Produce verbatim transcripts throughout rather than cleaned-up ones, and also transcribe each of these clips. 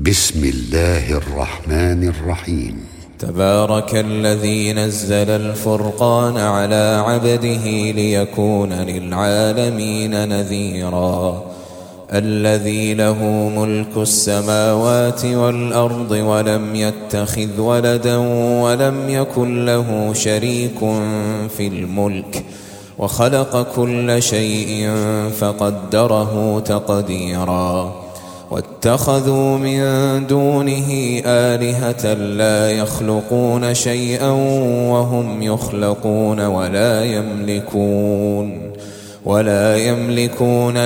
بسم الله الرحمن الرحيم. تبارك الذي نزل الفرقان على عبده ليكون للعالمين نذيرا. الذي له ملك السماوات والأرض ولم يتخذ ولدا ولم يكن له شريك في الملك وخلق كل شيء فقدره تقديرا. واتخذوا من دونه آلهة لا يخلقون شيئا وهم يخلقون ولا يملكون ولا يملكون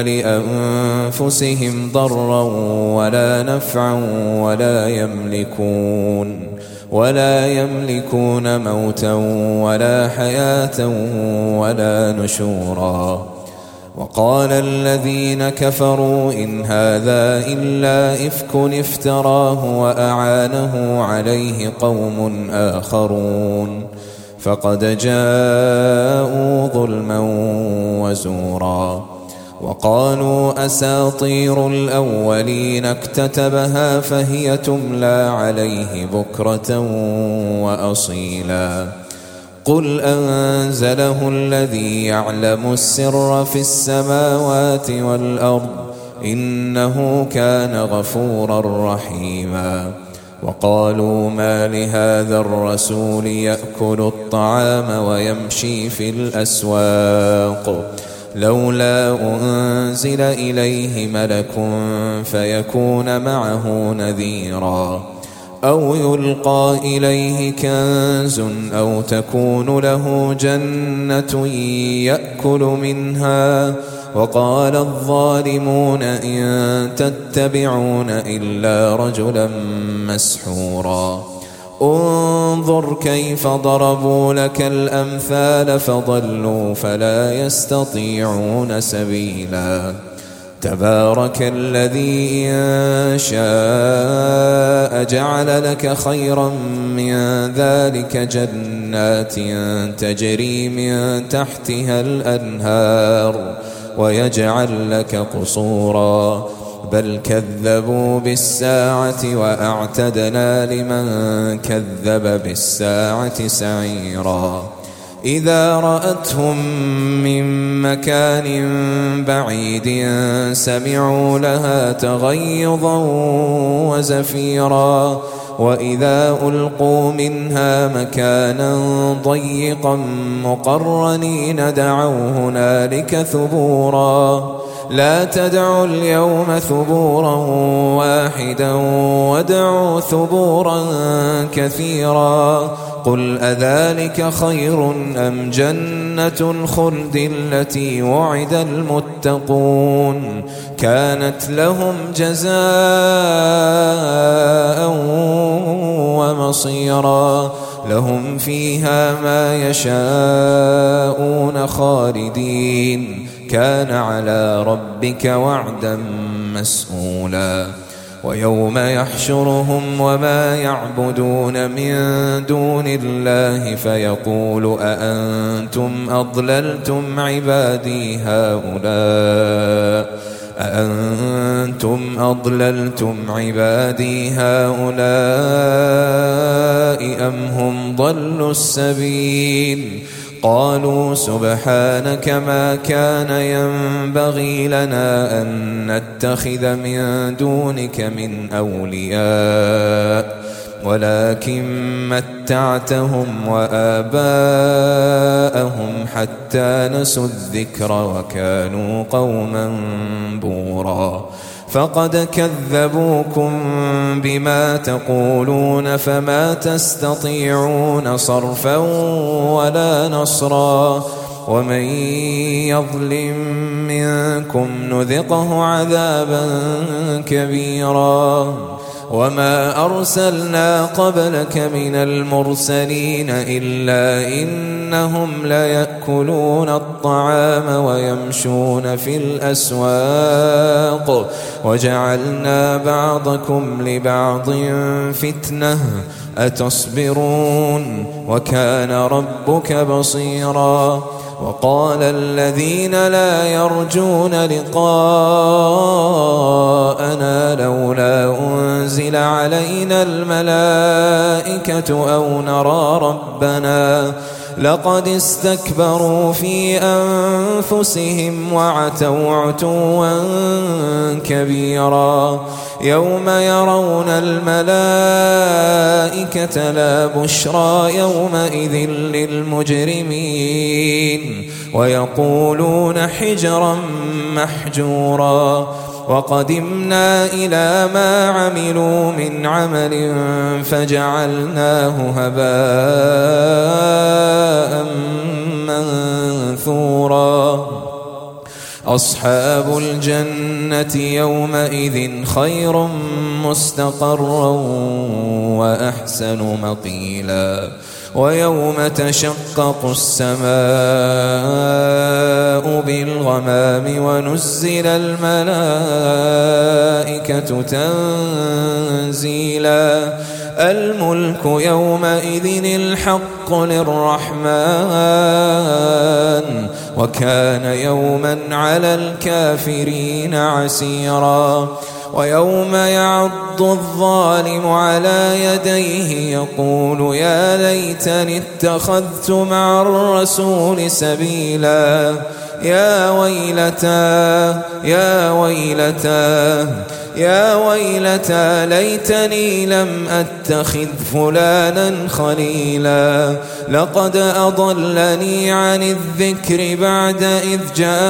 لأنفسهم ضرا ولا نفعا ولا يملكون ولا يملكون موتا ولا حياة ولا نشورا. وقال الذين كفروا إن هذا إلا إفك افتراه وأعانه عليه قوم آخرون فقد جاءوا ظلما وزورا. وقالوا أساطير الأولين اكتتبها فهي تملى عليه بكرة وأصيلا. قل أنزله الذي يعلم السر في السماوات والأرض إنه كان غفورا رحيما. وقالوا ما لهذا الرسول يأكل الطعام ويمشي في الأسواق لولا أنزل إليه ملك فيكون معه نذيرا أو يلقى إليه كنز أو تكون له جنة يأكل منها. وقال الظالمون إن تتبعون إلا رجلا مسحورا. انظر كيف ضربوا لك الأمثال فضلوا فلا يستطيعون سبيلا. تبارك الذي إن شاء جعل لك خيرا من ذلك جنات تجري من تحتها الأنهار ويجعل لك قصورا بل كذبوا بالساعة وأعتدنا لمن كذب بالساعة سعيرا. إذا رأتهم من مكان بعيد سمعوا لها تغيظا وزفيرا. وإذا ألقوا منها مكانا ضيقا مقرنين دعوا هنالك ثبورا. لا تدعوا اليوم ثبورا واحدا وادعوا ثبورا كثيرا. قل أذلك خير أم جنة الخلد التي وعد المتقون كانت لهم جزاء ومصيرا. لهم فيها ما يشاءون خالدين كان على ربك وعدا مسئولا. ويوم يحشرهم وما يعبدون من دون الله فيقول أأنتم أضللتم عبادي هؤلاء أأنتم أضللتم عبادي هؤلاء أم هم ضلوا السبيل. قالوا سبحانك ما كان ينبغي لنا أن نتخذ من دونك من أولياء ولكن متعتهم وآباءهم حتى نسوا الذكر وكانوا قوما بورا. فقد كذبوكم بما تقولون فما تستطيعون صرفا ولا نصرا. ومن يظلم منكم نذقه عذابا كبيرا. وما أرسلنا قبلك من المرسلين إلا إنهم ليأكلون الطعام ويمشون في الأسواق وجعلنا بعضكم لبعض فتنة أتصبرون وكان ربك بصيرا. وقال الذين لا يرجون لقاءنا لولا أنزل علينا الملائكة أو نرى ربنا لقد استكبروا في أنفسهم وعتوا عتوا كبيرا يوم يرون الملائكة لا بشرى يومئذ للمجرمين ويقولون حجرا محجورا وقدمنا إلى ما عملوا من عمل فجعلناه هباء منثورا أصحاب الجنة يومئذ خير مستقرا وأحسن مقيلا ويوم تشقق السماء بالغمام ونزل الملائكة تنزيلا الملك يومئذ الحق للرحمن وكان يوما على الكافرين عسيرا ويوم يعض الظالم على يديه يقول يا ليتني اتخذت مع الرسول سبيلا يا ويلتى يا ويلتى يا ويلتى ليتني لم أتخذ فلانا خليلا لقد أضلني عن الذكر بعد إذ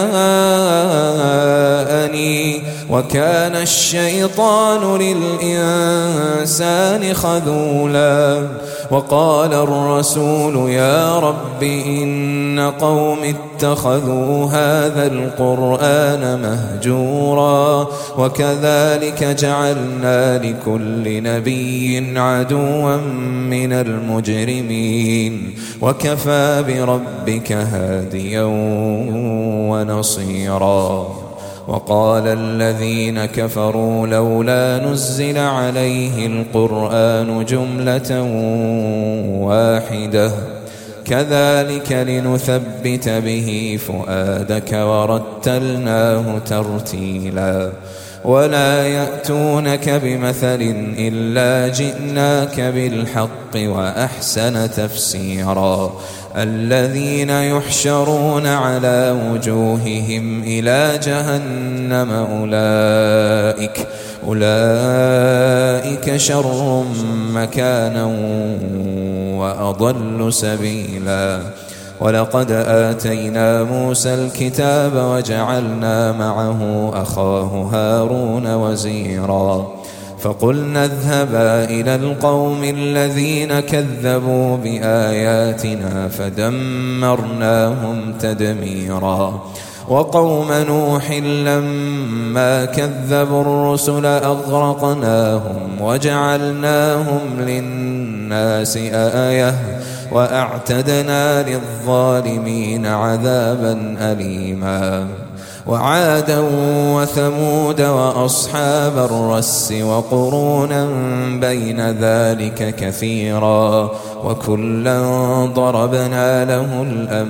جاءني وكان الشيطان للإنسان خذولا وقال الرسول يا رب إن قوم اتخذوا هذا القرآن مهجورا وكذلك جعلنا لكل نبي عدوا من المجرمين وكفى بربك هاديا ونصيرا وقال الذين كفروا لولا نزل عليه القرآن جملة واحدة كذلك لنثبت به فؤادك ورتلناه ترتيلا ولا يأتونك بمثل إلا جئناك بالحق وأحسن تفسيرا الذين يحشرون على وجوههم إلى جهنم أولئك أولئك شر مكانا وأضل سبيلا ولقد آتينا موسى الكتاب وجعلنا معه أخاه هارون وزيرا فقلنا اذهبا إلى القوم الذين كذبوا بآياتنا فدمرناهم تدميرا وقوم نوح لما كذبوا الرسل أغرقناهم وجعلناهم للناس آية وأعتدنا للظالمين عذابا أليما وعادا وثمود وأصحاب الرس وقرونا بين ذلك كثيرا وكلا ضربنا له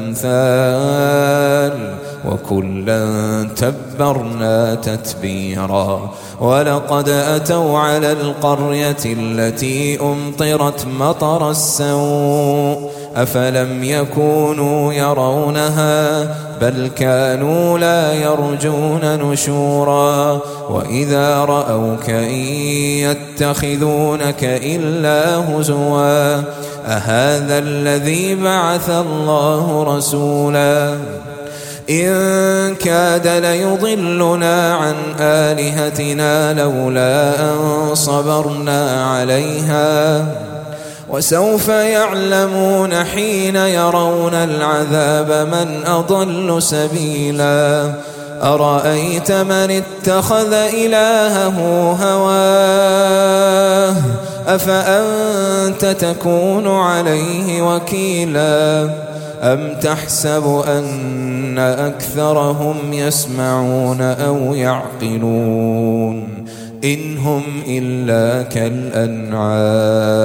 الأمثال وكلا تبرنا تتبيرا ولقد أتوا على القرية التي أمطرت مطر السوء أفلم يكونوا يرونها بل كانوا لا يرجون نشورا وإذا رأوك إن يتخذونك إلا هزوا أهذا الذي بعث الله رسولا إن كاد ليضلنا عن آلهتنا لولا أن صبرنا عليها وسوف يعلمون حين يرون العذاب من أضل سبيلا أرأيت من اتخذ إلهه هواه أفأنت تكون عليه وكيلا أم تحسب أن أكثرهم يسمعون أو يعقلون إن هم إلا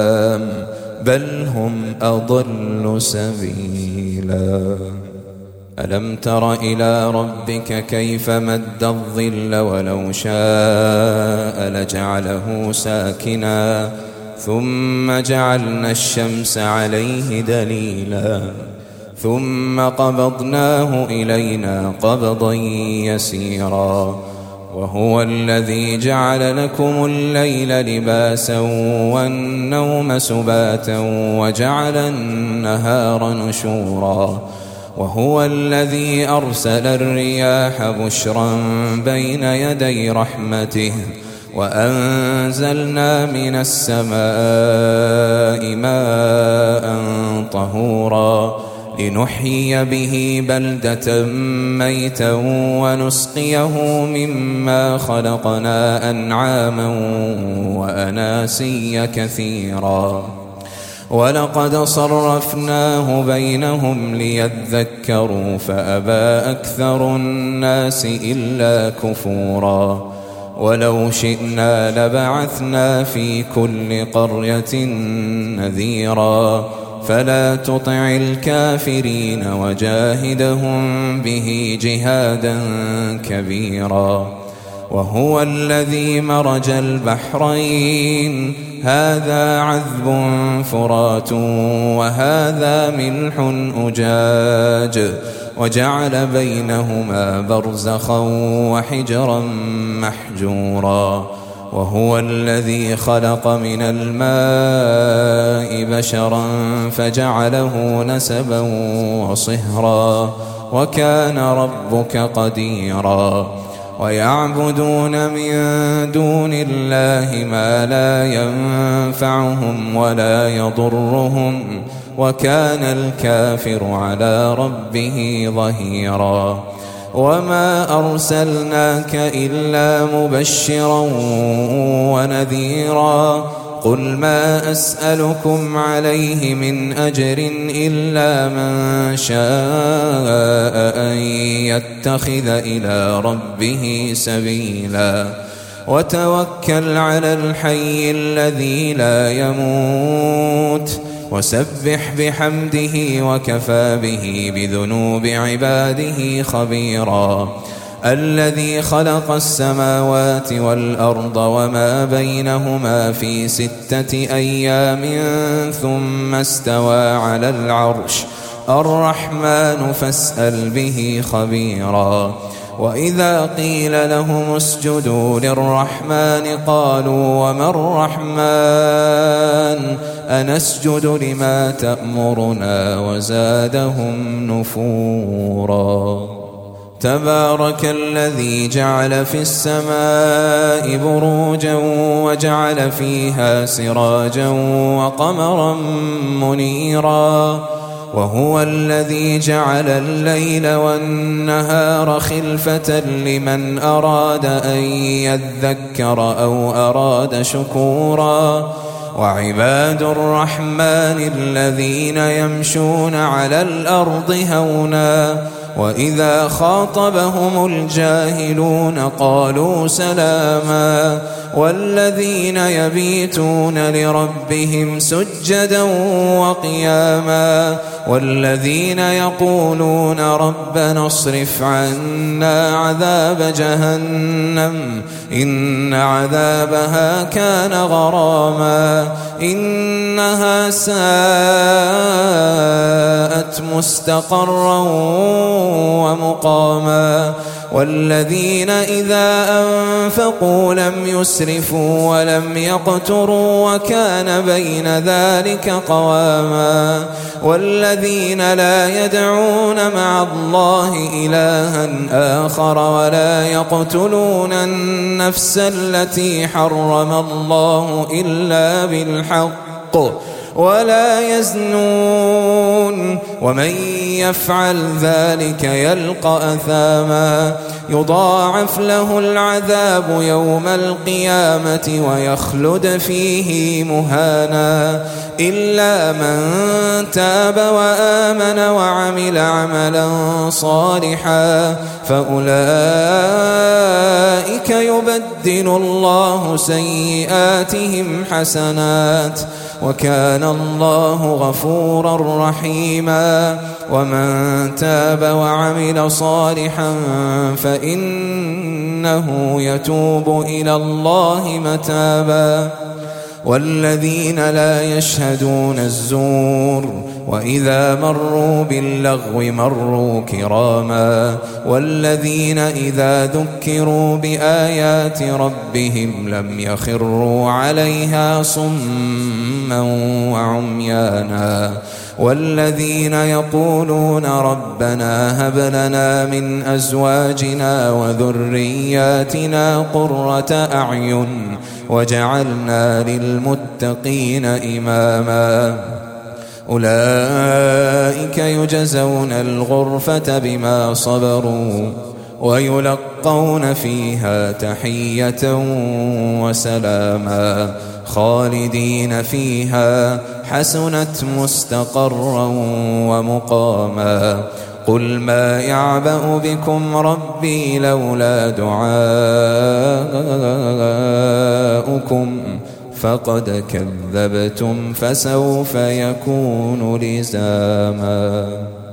كالأنعام بل هم أضل سبيلا. ألم تر إلى ربك كيف مد الظل ولو شاء لجعله ساكنا ثم جعلنا الشمس عليه دليلا ثم قبضناه إلينا قبضا يسيرا وهو الذي جعل لكم الليل لباسا والنوم سباتا وجعل النهار نشورا وهو الذي أرسل الرياح بشرا بين يدي رحمته وأنزلنا من السماء ماء طهورا لنحيي به بلدة ميتا ونسقيه مما خلقنا أنعاما وأناسيا كثيرا ولقد صرفناه بينهم ليذكروا فأبى أكثر الناس إلا كفورا ولو شئنا لبعثنا في كل قرية نذيرا فلا تطع الكافرين وجاهدهم به جهادا كبيرا وهو الذي مرج البحرين هذا عذب فرات وهذا ملح أجاج وجعل بينهما برزخا وحجرا محجورا وهو الذي خلق من الماء بشرا فجعله نسبا وصهرا وكان ربك قديرا ويعبدون من دون الله ما لا ينفعهم ولا يضرهم وكان الكافر على ربه ظهيرا وما أرسلناك إلا مبشرا ونذيرا قل ما أسألكم عليه من أجر إلا من شاء أن يتخذ إلى ربه سبيلا وتوكل على الحي الذي لا يموت وسبح بحمده وكفى به بذنوب عباده خبيرا الذي خلق السماوات والأرض وما بينهما في ستة أيام ثم استوى على العرش الرحمن فاسأل به خبيرا وإذا قيل لهم اسجدوا للرحمن قالوا وما الرحمن أنسجد لما تأمرنا وزادهم نفورا تبارك الذي جعل في السماء بروجا وجعل فيها سراجا وقمرا منيرا وهو الذي جعل الليل والنهار خلفة لمن أراد أن يذكر أو أراد شكورا وعباد الرحمن الذين يمشون على الأرض هونا وإذا خاطبهم الجاهلون قالوا سلاما والذين يبيتون لربهم سجدا وقياما والذين يقولون ربنا اصرف عنا عذاب جهنم إن عذابها كان غراما إنها ساءت مستقرا ومقاما والذين إذا أنفقوا لم يسرفوا ولم يقتروا وكان بين ذلك قواما والذين لا يدعون مع الله إلها آخر ولا يقتلون النفس التي حرم الله إلا بالحق ولا يزنون ومن يفعل ذلك يلقى أثاما يضاعف له العذاب يوم القيامة ويخلد فيه مهانا إلا من تاب وآمن وعمل عملا صالحا فأولئك يبدل الله سيئاتهم حسنات وكان الله غفورا رحيما ومن تاب وعمل صالحا فإنه يتوب إلى الله متابا والذين لا يشهدون الزور وإذا مروا باللغو مروا كراما والذين إذا ذكروا بآيات ربهم لم يخروا عليها صما وعميانا والذين يقولون ربنا هب لنا من أزواجنا وذرياتنا قرة أعين وجعلنا للمتقين إماما أولئك يجزون الغرفة بما صبروا ويلقون فيها تحية وسلاما خالدين فيها حسنت مستقرا ومقاما قل ما يعبأ بكم ربي لولا دعاؤكم فقد كذبتم فسوف يكون لزاما.